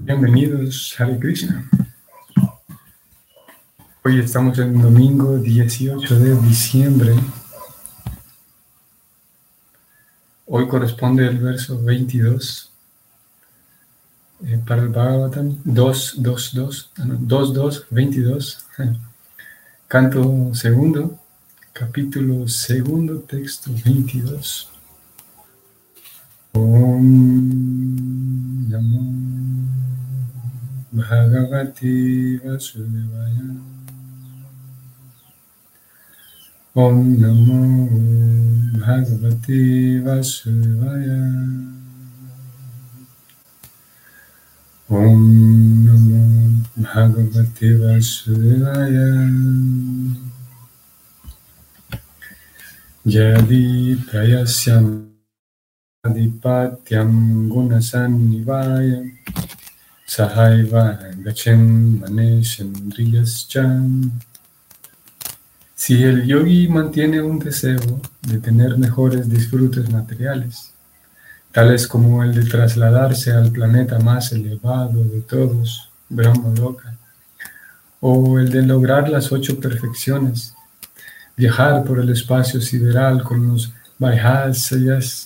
Bienvenidos, Hare Krishna. Hoy estamos en domingo 18 de diciembre. Hoy corresponde el verso 22 para el Bhagavatam 22. Canto segundo, capítulo segundo, texto 22. Om Namo Bhagavate Vasudevaya. Om Namo Bhagavate Vasudevaya. Om Namo Bhagavate Vasudevaya. Yadi Prayasyam Adipatyam Gunasannivaya Sahaiva Gachem Maneshendriyascham. Si el yogi mantiene un deseo de tener mejores disfrutes materiales, tales como el de trasladarse al planeta más elevado de todos, Brahmaloka, o el de lograr las 8 perfecciones, viajar por el espacio sideral con los Vajrayasas,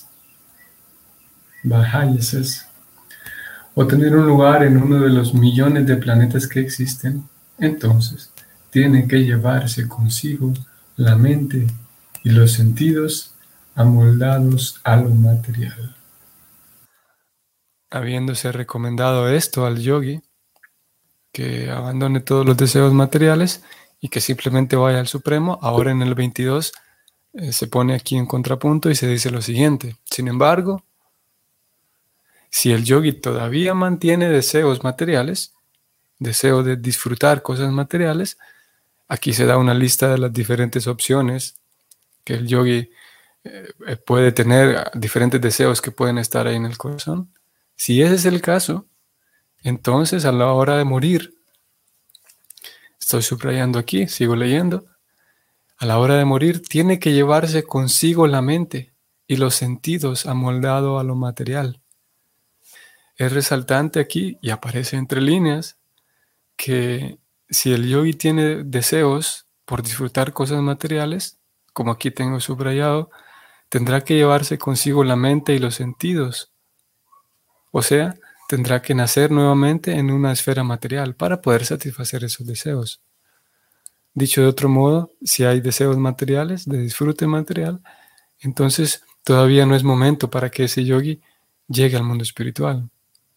o tener un lugar en uno de los millones de planetas que existen, entonces tiene que llevarse consigo la mente y los sentidos amoldados a lo material. Habiéndose recomendado esto al yogi, que abandone todos los deseos materiales y que simplemente vaya al Supremo, ahora en el 22 se pone aquí en contrapunto y se dice lo siguiente: sin embargo, si el yogi todavía mantiene deseos materiales, deseo de disfrutar cosas materiales, aquí se da una lista de las diferentes opciones que el yogi puede tener, diferentes deseos que pueden estar ahí en el corazón. Si ese es el caso, entonces a la hora de morir, estoy subrayando aquí, sigo leyendo, a la hora de morir tiene que llevarse consigo la mente y los sentidos amoldado a lo material. Es resaltante aquí, y aparece entre líneas, que si el yogi tiene deseos por disfrutar cosas materiales, como aquí tengo subrayado, tendrá que llevarse consigo la mente y los sentidos. O sea, tendrá que nacer nuevamente en una esfera material para poder satisfacer esos deseos. Dicho de otro modo, si hay deseos materiales, de disfrute material, entonces todavía no es momento para que ese yogi llegue al mundo espiritual.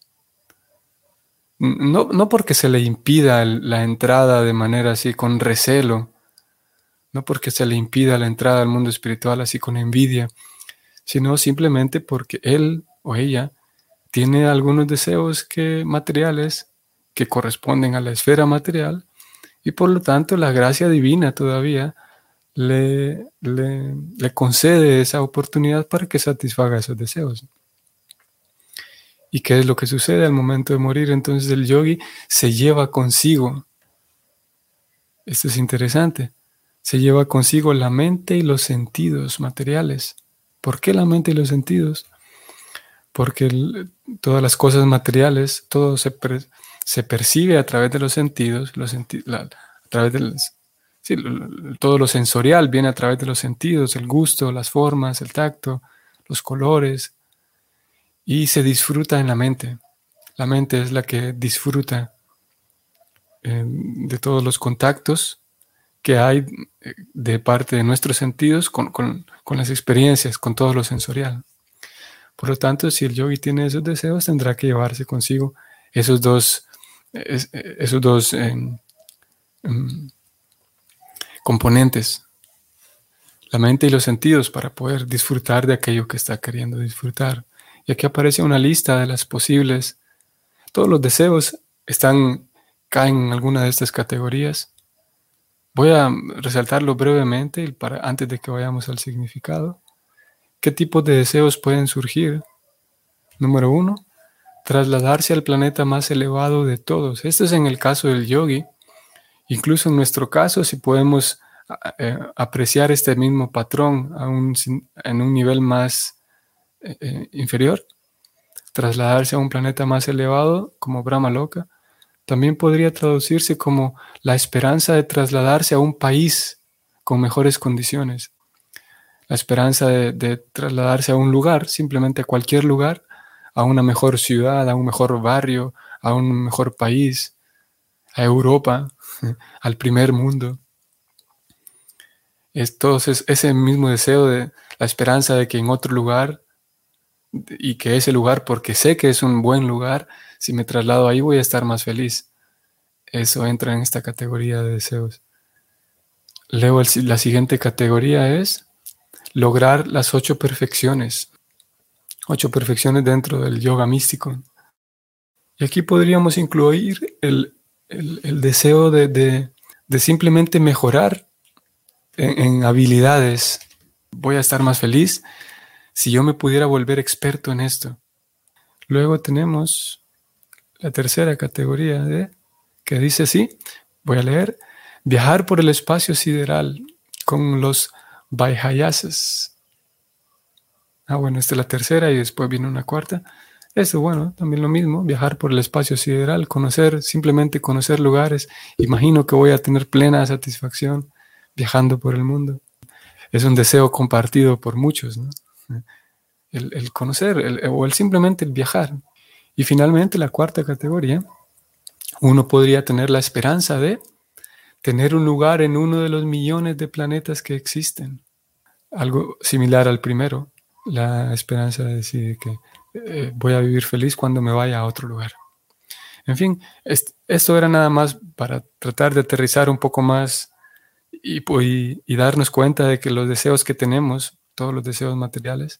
No porque se le impida la entrada de manera así con recelo, no porque se le impida la entrada al mundo espiritual así con envidia, sino simplemente porque él o ella tiene algunos deseos materiales que corresponden a la esfera material y por lo tanto la gracia divina todavía le concede esa oportunidad para que satisfaga esos deseos. ¿Y qué es lo que sucede al momento de morir? Entonces el yogi se lleva consigo, esto es interesante, se lleva consigo la mente y los sentidos materiales. ¿Por qué la mente y los sentidos? Porque todas las cosas materiales, todo se percibe a través de los sentidos, a través de todo lo sensorial viene a través de los sentidos, el gusto, las formas, el tacto, los colores, y se disfruta en la mente. La mente es la que disfruta de todos los contactos que hay de parte de nuestros sentidos con las experiencias, con todo lo sensorial. Por lo tanto, si el yogi tiene esos deseos, tendrá que llevarse consigo esos dos componentes, la mente y los sentidos, para poder disfrutar de aquello que está queriendo disfrutar. Y aquí aparece una lista de las posibles. Todos los deseos caen en alguna de estas categorías. Voy a resaltarlo brevemente antes de que vayamos al significado. ¿Qué tipos de deseos pueden surgir? Número 1, trasladarse al planeta más elevado de todos. Esto es en el caso del yogi. Incluso en nuestro caso, si podemos apreciar este mismo patrón en un nivel más inferior, trasladarse a un planeta más elevado, como Brahma Loka. También podría traducirse como la esperanza de trasladarse a un país con mejores condiciones. La esperanza de trasladarse a un lugar, simplemente a cualquier lugar, a una mejor ciudad, a un mejor barrio, a un mejor país, a Europa, al primer mundo. Entonces, ese mismo deseo de la esperanza de que en otro lugar, y que ese lugar, porque sé que es un buen lugar, si me traslado ahí voy a estar más feliz. Eso entra en esta categoría de deseos. Luego la siguiente categoría es lograr las 8 perfecciones. 8 perfecciones dentro del yoga místico. Y aquí podríamos incluir el deseo de simplemente mejorar en habilidades. Voy a estar más feliz si yo me pudiera volver experto en esto. Luego tenemos la tercera categoría que dice así, voy a leer, viajar por el espacio sideral con los Vaihayases. Bueno, esta es la tercera y después viene una cuarta. Esto, bueno, también lo mismo, viajar por el espacio sideral, simplemente conocer lugares. Imagino que voy a tener plena satisfacción viajando por el mundo. Es un deseo compartido por muchos, ¿no? El conocer, o simplemente el viajar. Y finalmente, la cuarta categoría, uno podría tener la esperanza de tener un lugar en uno de los millones de planetas que existen. Algo similar al primero, la esperanza de decir que voy a vivir feliz cuando me vaya a otro lugar. En fin, esto era nada más para tratar de aterrizar un poco más y darnos cuenta de que los deseos que tenemos, todos los deseos materiales,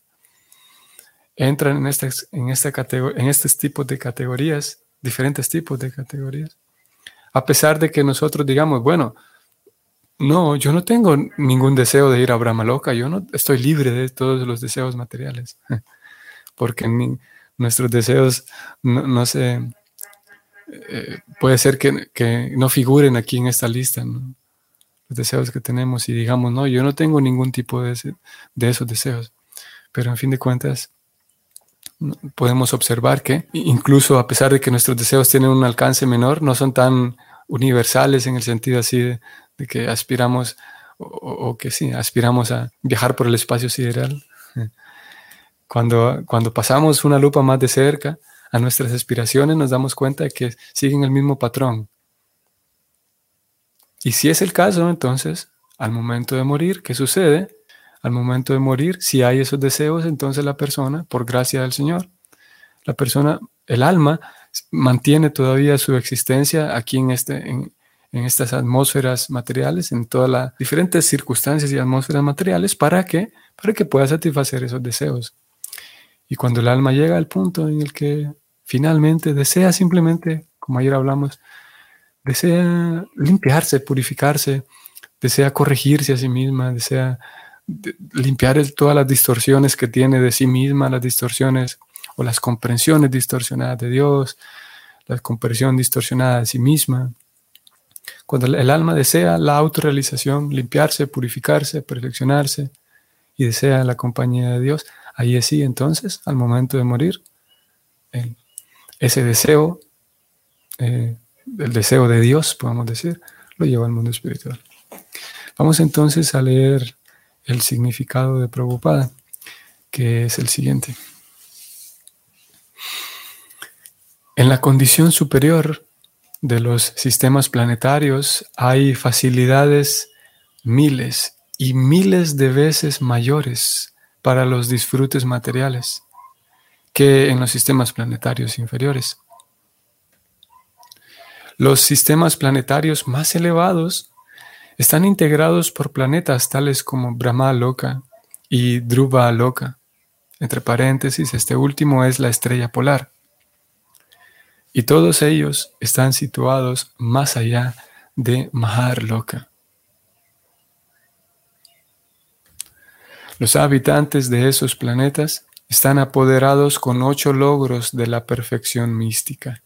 entran en estos tipos de categorías, diferentes tipos de categorías. A pesar de que nosotros digamos, bueno, no, yo no tengo ningún deseo de ir a Brahma Loka, yo no estoy libre de todos los deseos materiales, porque nuestros deseos no se... puede ser que no figuren aquí en esta lista, ¿no? Los deseos que tenemos y digamos, no, yo no tengo ningún tipo de esos deseos, pero en fin de cuentas podemos observar que incluso a pesar de que nuestros deseos tienen un alcance menor, no son tan universales en el sentido así de que aspiramos o que sí, aspiramos a viajar por el espacio sideral. Cuando pasamos una lupa más de cerca a nuestras aspiraciones, nos damos cuenta de que siguen el mismo patrón. Y si es el caso, entonces, al momento de morir, ¿qué sucede? Al momento de morir, si hay esos deseos, entonces la persona, por gracia del Señor, el alma, mantiene todavía su existencia aquí en estas atmósferas materiales, en todas las diferentes circunstancias y atmósferas materiales, ¿para qué? Para que pueda satisfacer esos deseos. Y cuando el alma llega al punto en el que finalmente desea simplemente, como ayer hablamos, desea limpiarse, purificarse, desea corregirse a sí misma, desea limpiar todas las distorsiones que tiene de sí misma, las distorsiones o las comprensiones distorsionadas de Dios, la comprensión distorsionada de sí misma. Cuando el alma desea la autorrealización, limpiarse, purificarse, perfeccionarse y desea la compañía de Dios, ahí es sí, entonces, al momento de morir, ese deseo, el deseo de Dios, podemos decir, lo lleva al mundo espiritual. Vamos entonces a leer el significado de Prabhupada, que es el siguiente. En la condición superior de los sistemas planetarios hay facilidades miles y miles de veces mayores para los disfrutes materiales que en los sistemas planetarios inferiores. Los sistemas planetarios más elevados están integrados por planetas tales como Brahma Loka y Dhruva Loka. Entre paréntesis, este último es la estrella polar. Y todos ellos están situados más allá de Mahar Loka. Los habitantes de esos planetas están apoderados con 8 logros de la perfección mística.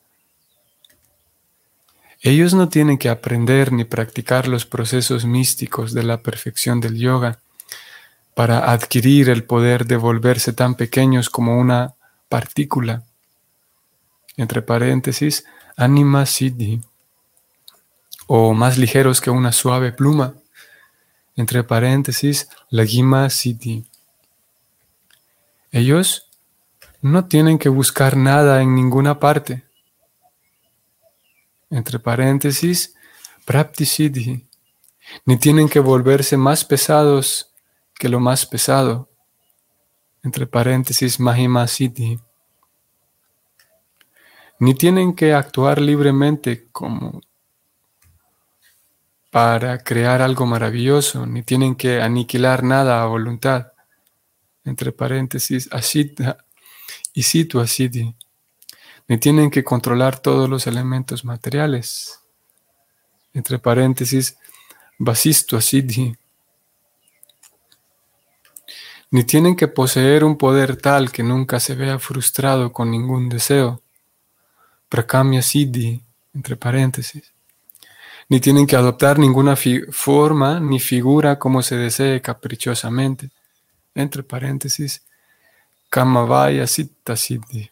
Ellos no tienen que aprender ni practicar los procesos místicos de la perfección del yoga para adquirir el poder de volverse tan pequeños como una partícula, entre paréntesis, anima siddhi, o más ligeros que una suave pluma, entre paréntesis, lagima siddhi. Ellos no tienen que buscar nada en ninguna parte, entre paréntesis, prapti siddhi, ni tienen que volverse más pesados que lo más pesado, entre paréntesis, mahima siddhi, ni tienen que actuar libremente como para crear algo maravilloso, ni tienen que aniquilar nada a voluntad, entre paréntesis, ashiddha y siddha siddhi, ni tienen que controlar todos los elementos materiales, entre paréntesis, vasistha siddhi, ni tienen que poseer un poder tal que nunca se vea frustrado con ningún deseo, prakamya siddhi, entre paréntesis, ni tienen que adoptar ninguna forma ni figura como se desee caprichosamente, entre paréntesis, kamavaya siddha siddhi.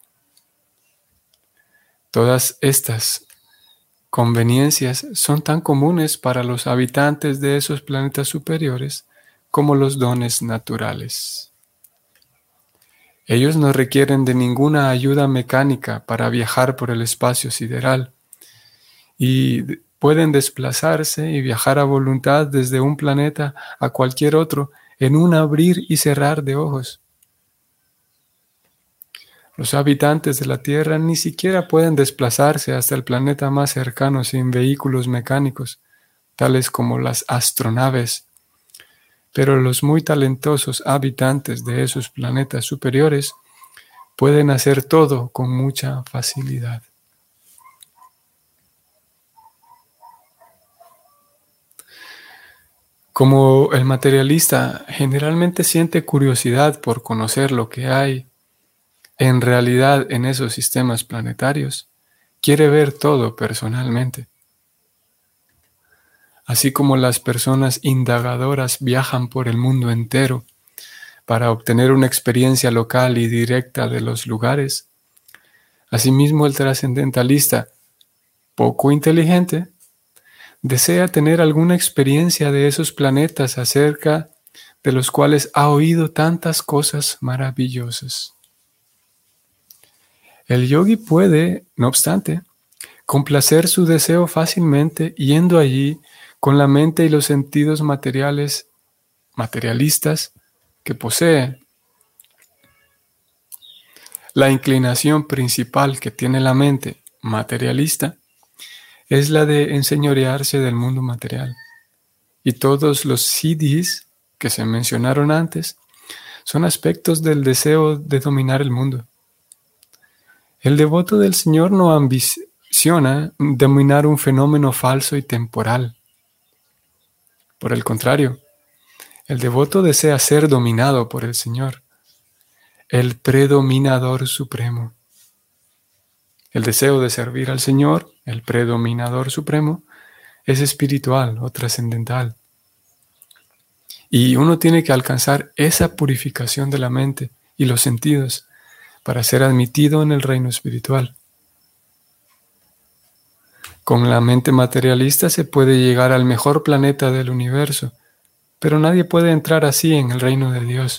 Todas estas conveniencias son tan comunes para los habitantes de esos planetas superiores como los dones naturales. Ellos no requieren de ninguna ayuda mecánica para viajar por el espacio sideral y pueden desplazarse y viajar a voluntad desde un planeta a cualquier otro en un abrir y cerrar de ojos. Los habitantes de la Tierra ni siquiera pueden desplazarse hasta el planeta más cercano sin vehículos mecánicos, tales como las astronaves. Pero los muy talentosos habitantes de esos planetas superiores pueden hacer todo con mucha facilidad. Como el materialista generalmente siente curiosidad por conocer lo que hay en realidad en esos sistemas planetarios, quiere ver todo personalmente. Así como las personas indagadoras viajan por el mundo entero para obtener una experiencia local y directa de los lugares, asimismo el trascendentalista, poco inteligente, desea tener alguna experiencia de esos planetas acerca de los cuales ha oído tantas cosas maravillosas. El yogi puede, no obstante, complacer su deseo fácilmente yendo allí con la mente y los sentidos materialistas que posee. La inclinación principal que tiene la mente materialista es la de enseñorearse del mundo material. Y todos los siddhis que se mencionaron antes son aspectos del deseo de dominar el mundo. El devoto del Señor no ambiciona dominar un fenómeno falso y temporal. Por el contrario, el devoto desea ser dominado por el Señor, el predominador supremo. El deseo de servir al Señor, el predominador supremo, es espiritual o trascendental. Y uno tiene que alcanzar esa purificación de la mente y los sentidos para ser admitido en el reino espiritual. Con la mente materialista se puede llegar al mejor planeta del universo, pero nadie puede entrar así en el reino de Dios.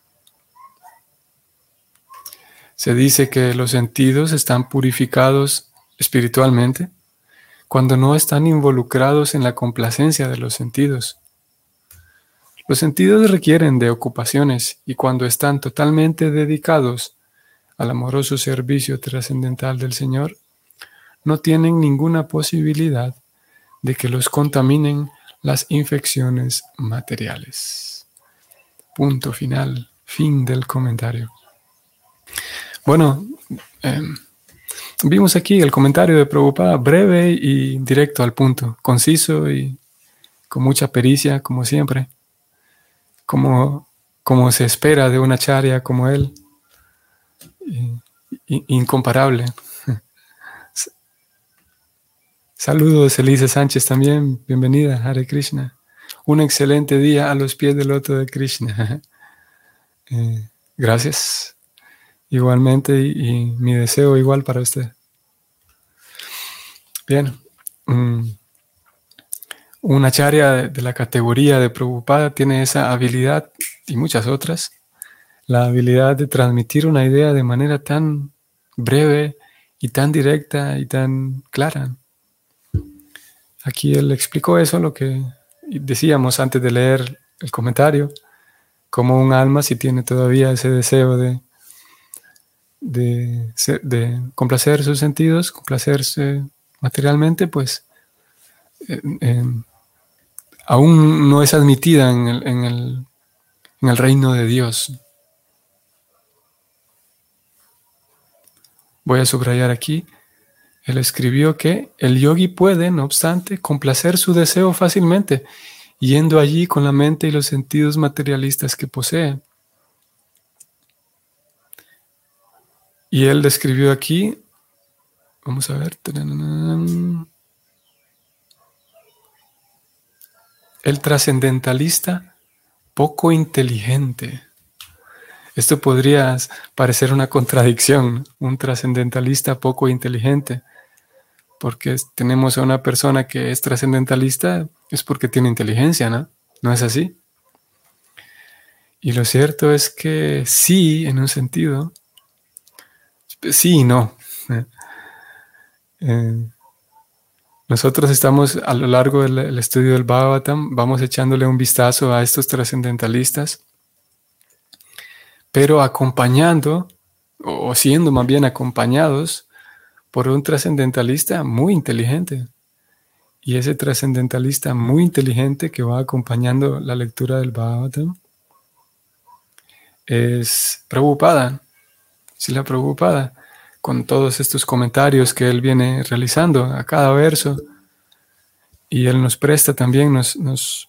Se dice que los sentidos están purificados espiritualmente cuando no están involucrados en la complacencia de los sentidos. Los sentidos requieren de ocupaciones y cuando están totalmente dedicados al amoroso servicio trascendental del Señor, no tienen ninguna posibilidad de que los contaminen las infecciones materiales. Punto final, fin del comentario. Bueno, vimos aquí el comentario de Prabhupada, breve y directo al punto, conciso y con mucha pericia, como siempre, como se espera de un acharya como él, incomparable. Saludos, Elisa Sánchez también, bienvenida, Hare Krishna. Un excelente día a los pies del loto de Krishna. Gracias. igualmente y mi deseo igual para usted. Bien. Un acharya de la categoría de Prabhupada tiene esa habilidad y muchas otras, la habilidad de transmitir una idea de manera tan breve y tan directa y tan clara. Aquí él explicó eso, lo que decíamos antes de leer el comentario, como un alma, si tiene todavía ese deseo de complacer sus sentidos, complacerse materialmente, pues aún no es admitida en el reino de Dios. Voy a subrayar aquí. Él escribió que el yogi puede, no obstante, complacer su deseo fácilmente, yendo allí con la mente y los sentidos materialistas que posee. Y él describió aquí, vamos a ver, el trascendentalista poco inteligente. Esto podría parecer una contradicción, un trascendentalista poco inteligente, porque tenemos a una persona que es trascendentalista, es porque tiene inteligencia, ¿no? ¿No es así? Y lo cierto es que sí, en un sentido, sí y no. Nosotros estamos a lo largo del estudio del Bhagavatam, vamos echándole un vistazo a estos trascendentalistas, pero acompañando, o siendo más bien acompañados por un trascendentalista muy inteligente. Y ese trascendentalista muy inteligente que va acompañando la lectura del Bhagavatam es Prabhupada, Srila Prabhupada, con todos estos comentarios que él viene realizando a cada verso. Y él nos presta también, nos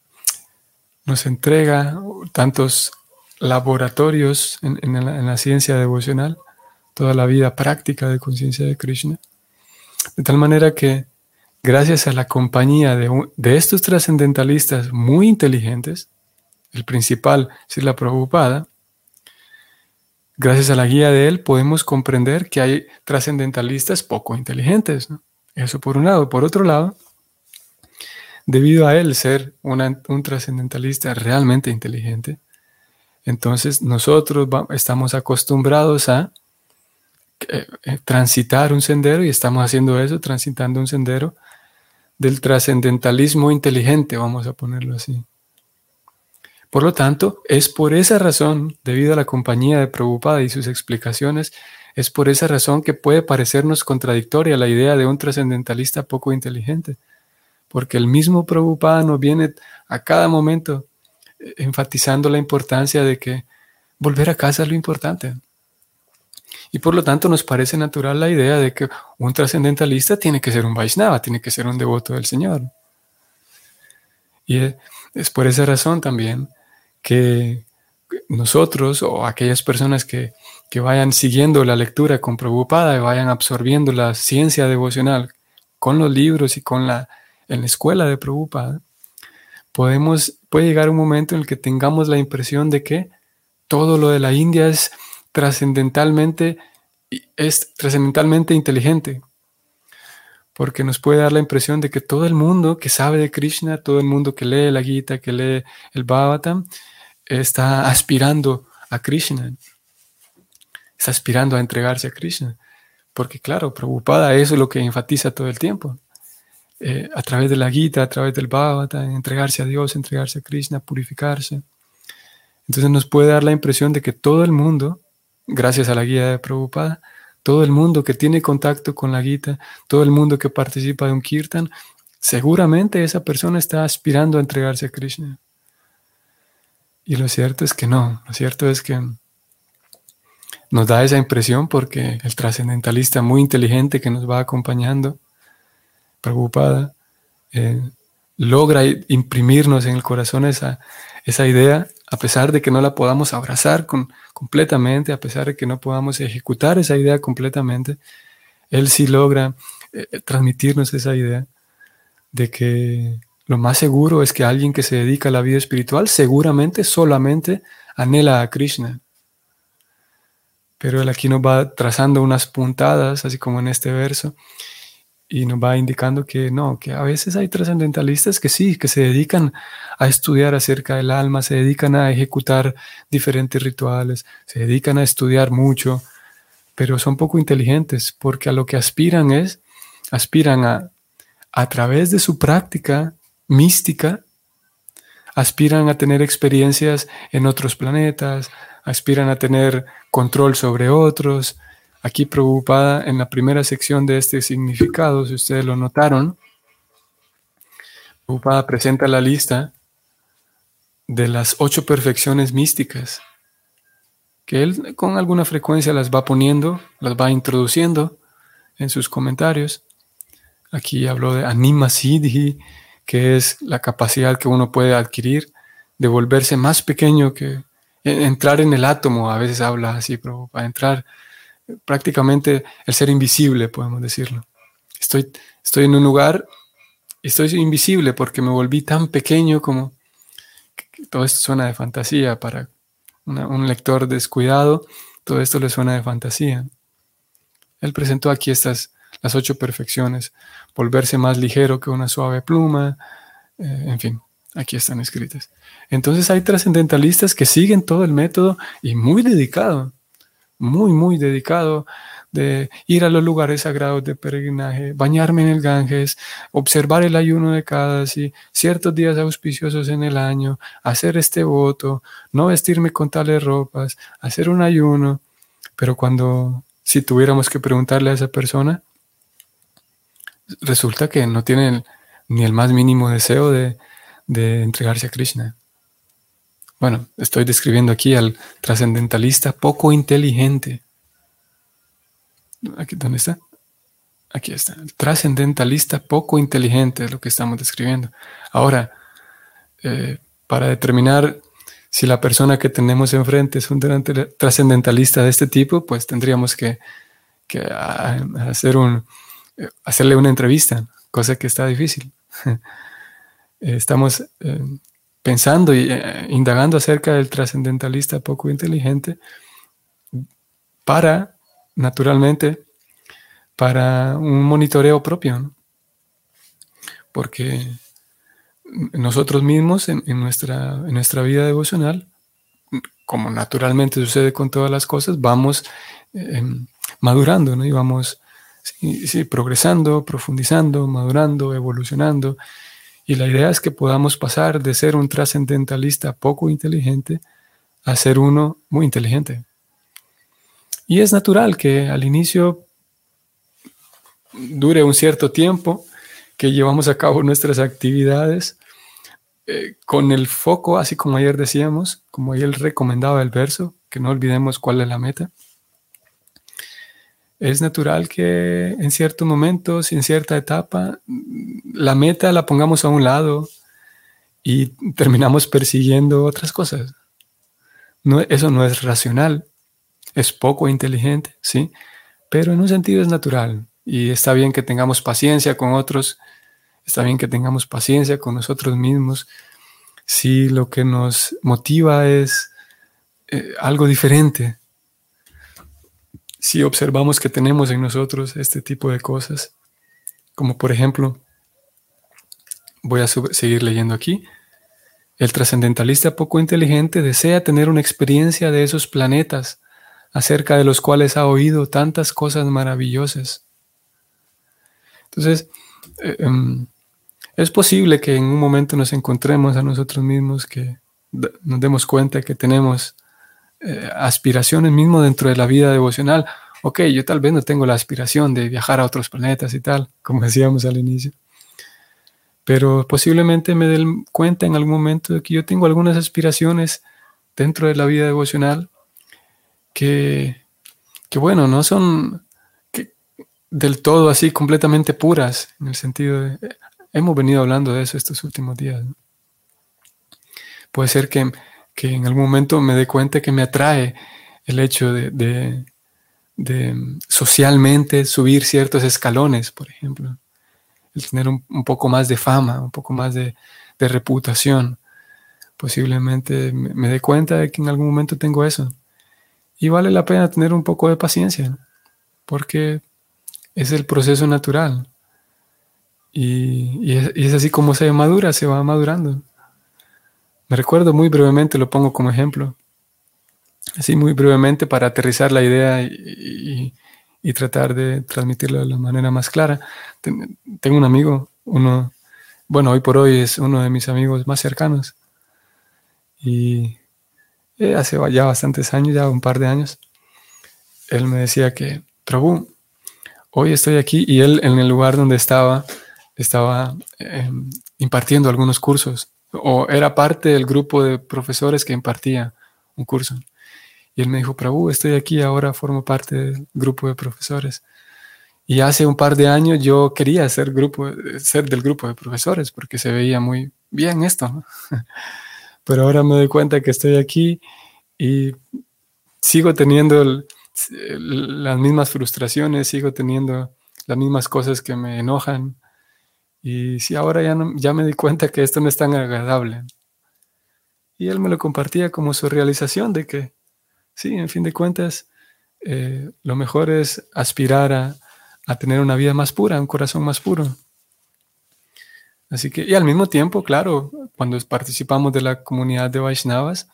entrega tantos laboratorios en la ciencia devocional, toda la vida práctica de conciencia de Krishna. De tal manera que, gracias a la compañía de estos trascendentalistas muy inteligentes, el principal, Srila Prabhupada, gracias a la guía de él, podemos comprender que hay trascendentalistas poco inteligentes, ¿no? Eso por un lado. Por otro lado, debido a él ser un trascendentalista realmente inteligente, entonces nosotros estamos acostumbrados a transitar un sendero, y estamos haciendo eso, transitando un sendero del trascendentalismo inteligente, vamos a ponerlo así. Por lo tanto, es por esa razón, debido a la compañía de Prabhupada y sus explicaciones, es por esa razón que puede parecernos contradictoria la idea de un trascendentalista poco inteligente, porque el mismo Prabhupada nos viene a cada momento enfatizando la importancia de que volver a casa es lo importante. Y por lo tanto nos parece natural la idea de que un trascendentalista tiene que ser un Vaishnava, tiene que ser un devoto del Señor. Y es por esa razón también que nosotros o aquellas personas que vayan siguiendo la lectura con Prabhupada y vayan absorbiendo la ciencia devocional con los libros y en la escuela de Prabhupada, puede llegar un momento en el que tengamos la impresión de que todo lo de la India es trascendentalmente inteligente, porque nos puede dar la impresión de que todo el mundo que sabe de Krishna, todo el mundo que lee la Gita, que lee el Bhagavatam, está aspirando a Krishna, está aspirando a entregarse a Krishna, porque claro, Prabhupada eso es lo que enfatiza todo el tiempo. A través de la Gita, a través del Bhagavatam, entregarse a Dios, entregarse a Krishna, purificarse. Entonces nos puede dar la impresión de que todo el mundo, gracias a la guía de Prabhupada, todo el mundo que tiene contacto con la Gita, todo el mundo que participa de un kirtan, seguramente esa persona está aspirando a entregarse a Krishna. Y lo cierto es que no, lo cierto es que nos da esa impresión porque el trascendentalista muy inteligente que nos va acompañando, Prabhupada, logra imprimirnos en el corazón esa idea, a pesar de que no la podamos abrazar completamente, a pesar de que no podamos ejecutar esa idea completamente, él sí logra transmitirnos esa idea de que lo más seguro es que alguien que se dedica a la vida espiritual seguramente solamente anhela a Krishna. Pero él aquí nos va trazando unas puntadas, así como en este verso, y nos va indicando que no, que a veces hay trascendentalistas que sí, que se dedican a estudiar acerca del alma, se dedican a ejecutar diferentes rituales, se dedican a estudiar mucho, pero son poco inteligentes porque a lo que aspiran a través de su práctica mística, aspiran a tener experiencias en otros planetas, aspiran a tener control sobre otros. Aquí Prabhupada, en la primera sección de este significado, si ustedes lo notaron, Prabhupada presenta la lista de las 8 perfecciones místicas, que él con alguna frecuencia las va poniendo, las va introduciendo en sus comentarios. Aquí habló de Anima Siddhi, que es la capacidad que uno puede adquirir de volverse más pequeño, que entrar en el átomo, a veces habla así, pero para entrar prácticamente el ser invisible, podemos decirlo. Estoy en un lugar y estoy invisible porque me volví tan pequeño como que todo esto suena de fantasía para un lector descuidado, todo esto le suena de fantasía. Él presentó aquí las 8 perfecciones: volverse más ligero que una suave pluma, en fin, aquí están escritas. Entonces hay trascendentalistas que siguen todo el método y muy dedicado, muy dedicado, de ir a los lugares sagrados de peregrinaje, bañarme en el Ganges, observar el ayuno de Kadasi, ciertos días auspiciosos en el año, hacer este voto, no vestirme con tales ropas, hacer un ayuno. Pero si tuviéramos que preguntarle a esa persona, resulta que no tiene ni el más mínimo deseo de entregarse a Krishna. Bueno, estoy describiendo aquí al trascendentalista poco inteligente. Aquí, ¿dónde está? Aquí está. El trascendentalista poco inteligente es lo que estamos describiendo. Ahora, para determinar si la persona que tenemos enfrente es un trascendentalista de este tipo, pues tendríamos que hacerle una entrevista, cosa que está difícil. Estamos pensando y indagando acerca del trascendentalista poco inteligente naturalmente, para un monitoreo propio, ¿no? Porque nosotros mismos en nuestra vida devocional, como naturalmente sucede con todas las cosas, vamos madurando, ¿no? Y vamos progresando, profundizando, madurando, evolucionando. Y la idea es que podamos pasar de ser un trascendentalista poco inteligente a ser uno muy inteligente. Y es natural que al inicio dure un cierto tiempo que llevamos a cabo nuestras actividades con el foco, así como ayer decíamos, como ayer recomendaba el verso, que no olvidemos cuál es la meta. Es natural que en ciertos momentos, en cierta etapa, la meta la pongamos a un lado y terminamos persiguiendo otras cosas. Eso no es racional, es poco inteligente, ¿sí? Pero en un sentido es natural. Y está bien que tengamos paciencia con otros, está bien que tengamos paciencia con nosotros mismos, si lo que nos motiva es algo diferente. Si observamos que tenemos en nosotros este tipo de cosas, como por ejemplo, voy a seguir leyendo aquí, el trascendentalista poco inteligente desea tener una experiencia de esos planetas acerca de los cuales ha oído tantas cosas maravillosas. Entonces, es posible que en un momento nos encontremos a nosotros mismos, que nos demos cuenta que tenemos aspiraciones mismo dentro de la vida devocional. Ok, yo tal vez no tengo la aspiración de viajar a otros planetas y tal, como decíamos al inicio, pero posiblemente me dé cuenta en algún momento de que yo tengo algunas aspiraciones dentro de la vida devocional que bueno, no son del todo así completamente puras, en el sentido de, hemos venido hablando de eso estos últimos días, ¿no? Puede ser que en algún momento me dé cuenta que me atrae el hecho de socialmente subir ciertos escalones, por ejemplo, el tener un poco más de fama, un poco más de reputación. Posiblemente me dé cuenta de que en algún momento tengo eso. Y vale la pena tener un poco de paciencia, ¿no? Porque es el proceso natural. Y es así como se madura, se va madurando. Me recuerdo muy brevemente, lo pongo como ejemplo, así muy brevemente para aterrizar la idea y tratar de transmitirlo de la manera más clara. Tengo un amigo, bueno, hoy por hoy es uno de mis amigos más cercanos y hace ya bastantes años, ya un par de años, él me decía que, Prabhu, hoy estoy aquí y él en el lugar donde estaba impartiendo algunos cursos o era parte del grupo de profesores que impartía un curso. Y él me dijo, Prabhu, estoy aquí, ahora formo parte del grupo de profesores. Y hace un par de años yo quería ser del grupo de profesores porque se veía muy bien esto, ¿no? Pero ahora me doy cuenta que estoy aquí y sigo teniendo las mismas frustraciones, sigo teniendo las mismas cosas que me enojan. Y sí, ahora ya me di cuenta que esto no es tan agradable. Y él me lo compartía como su realización de que, sí, en fin de cuentas, lo mejor es aspirar a tener una vida más pura, un corazón más puro. Así que, y al mismo tiempo, claro, cuando participamos de la comunidad de Vaishnavas,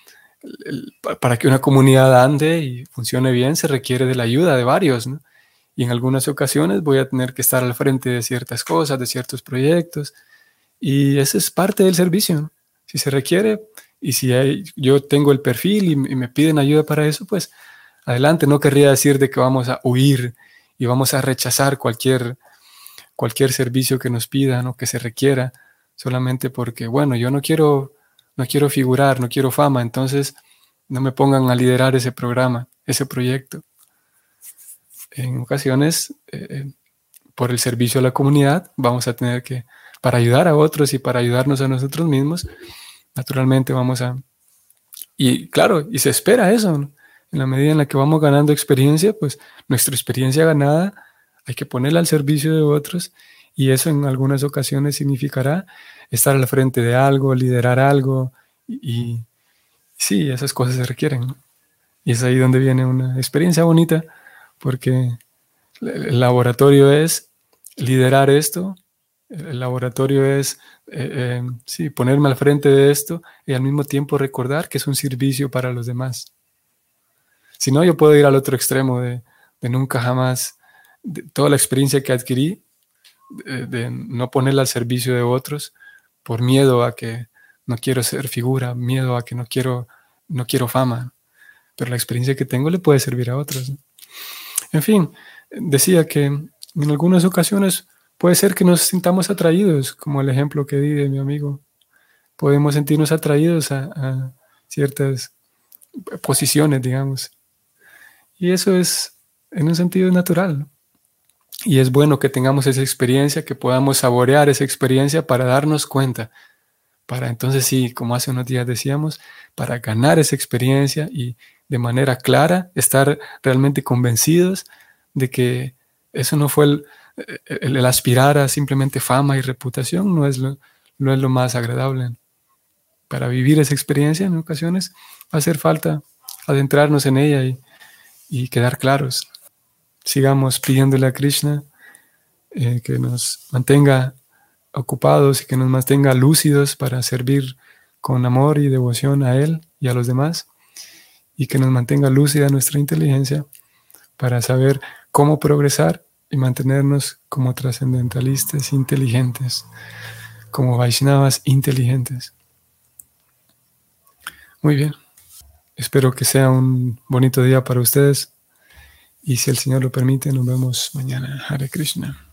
para que una comunidad ande y funcione bien, se requiere de la ayuda de varios, ¿no? Y en algunas ocasiones voy a tener que estar al frente de ciertas cosas, de ciertos proyectos, y ese es parte del servicio, ¿no? Si se requiere, y si yo tengo el perfil y me piden ayuda para eso, pues adelante. No querría decir de que vamos a huir y vamos a rechazar cualquier servicio que nos pidan o que se requiera, solamente porque, bueno, yo no quiero figurar, no quiero fama, entonces no me pongan a liderar ese programa, ese proyecto. En ocasiones, por el servicio a la comunidad, vamos a tener que, para ayudar a otros y para ayudarnos a nosotros mismos, naturalmente vamos a... Y claro, y se espera eso, ¿no? En la medida en la que vamos ganando experiencia, pues nuestra experiencia ganada hay que ponerla al servicio de otros y eso en algunas ocasiones significará estar al frente de algo, liderar algo y sí, esas cosas se requieren, ¿no? Y es ahí donde viene una experiencia bonita porque el laboratorio es liderar esto, el laboratorio es sí, ponerme al frente de esto y al mismo tiempo recordar que es un servicio para los demás. Si no, yo puedo ir al otro extremo de nunca jamás, de toda la experiencia que adquirí, de no ponerla al servicio de otros por miedo a que no quiero ser figura, miedo a que no quiero fama, pero la experiencia que tengo le puede servir a otros, ¿no? En fin, decía que en algunas ocasiones puede ser que nos sintamos atraídos, como el ejemplo que di de mi amigo. Podemos sentirnos atraídos a ciertas posiciones, digamos. Y eso es, en un sentido, natural, ¿no? Y es bueno que tengamos esa experiencia, que podamos saborear esa experiencia para darnos cuenta, para entonces sí, como hace unos días decíamos, para ganar esa experiencia y de manera clara estar realmente convencidos de que eso no fue el aspirar a simplemente fama y reputación, no es lo más agradable. Para vivir esa experiencia en ocasiones va a hacer falta adentrarnos en ella y quedar claros. Sigamos pidiéndole a Krishna que nos mantenga ocupados y que nos mantenga lúcidos para servir con amor y devoción a Él y a los demás, y que nos mantenga lúcida nuestra inteligencia para saber cómo progresar y mantenernos como trascendentalistas inteligentes, como Vaishnavas inteligentes. Muy bien, espero que sea un bonito día para ustedes y si el Señor lo permite, nos vemos mañana. Hare Krishna.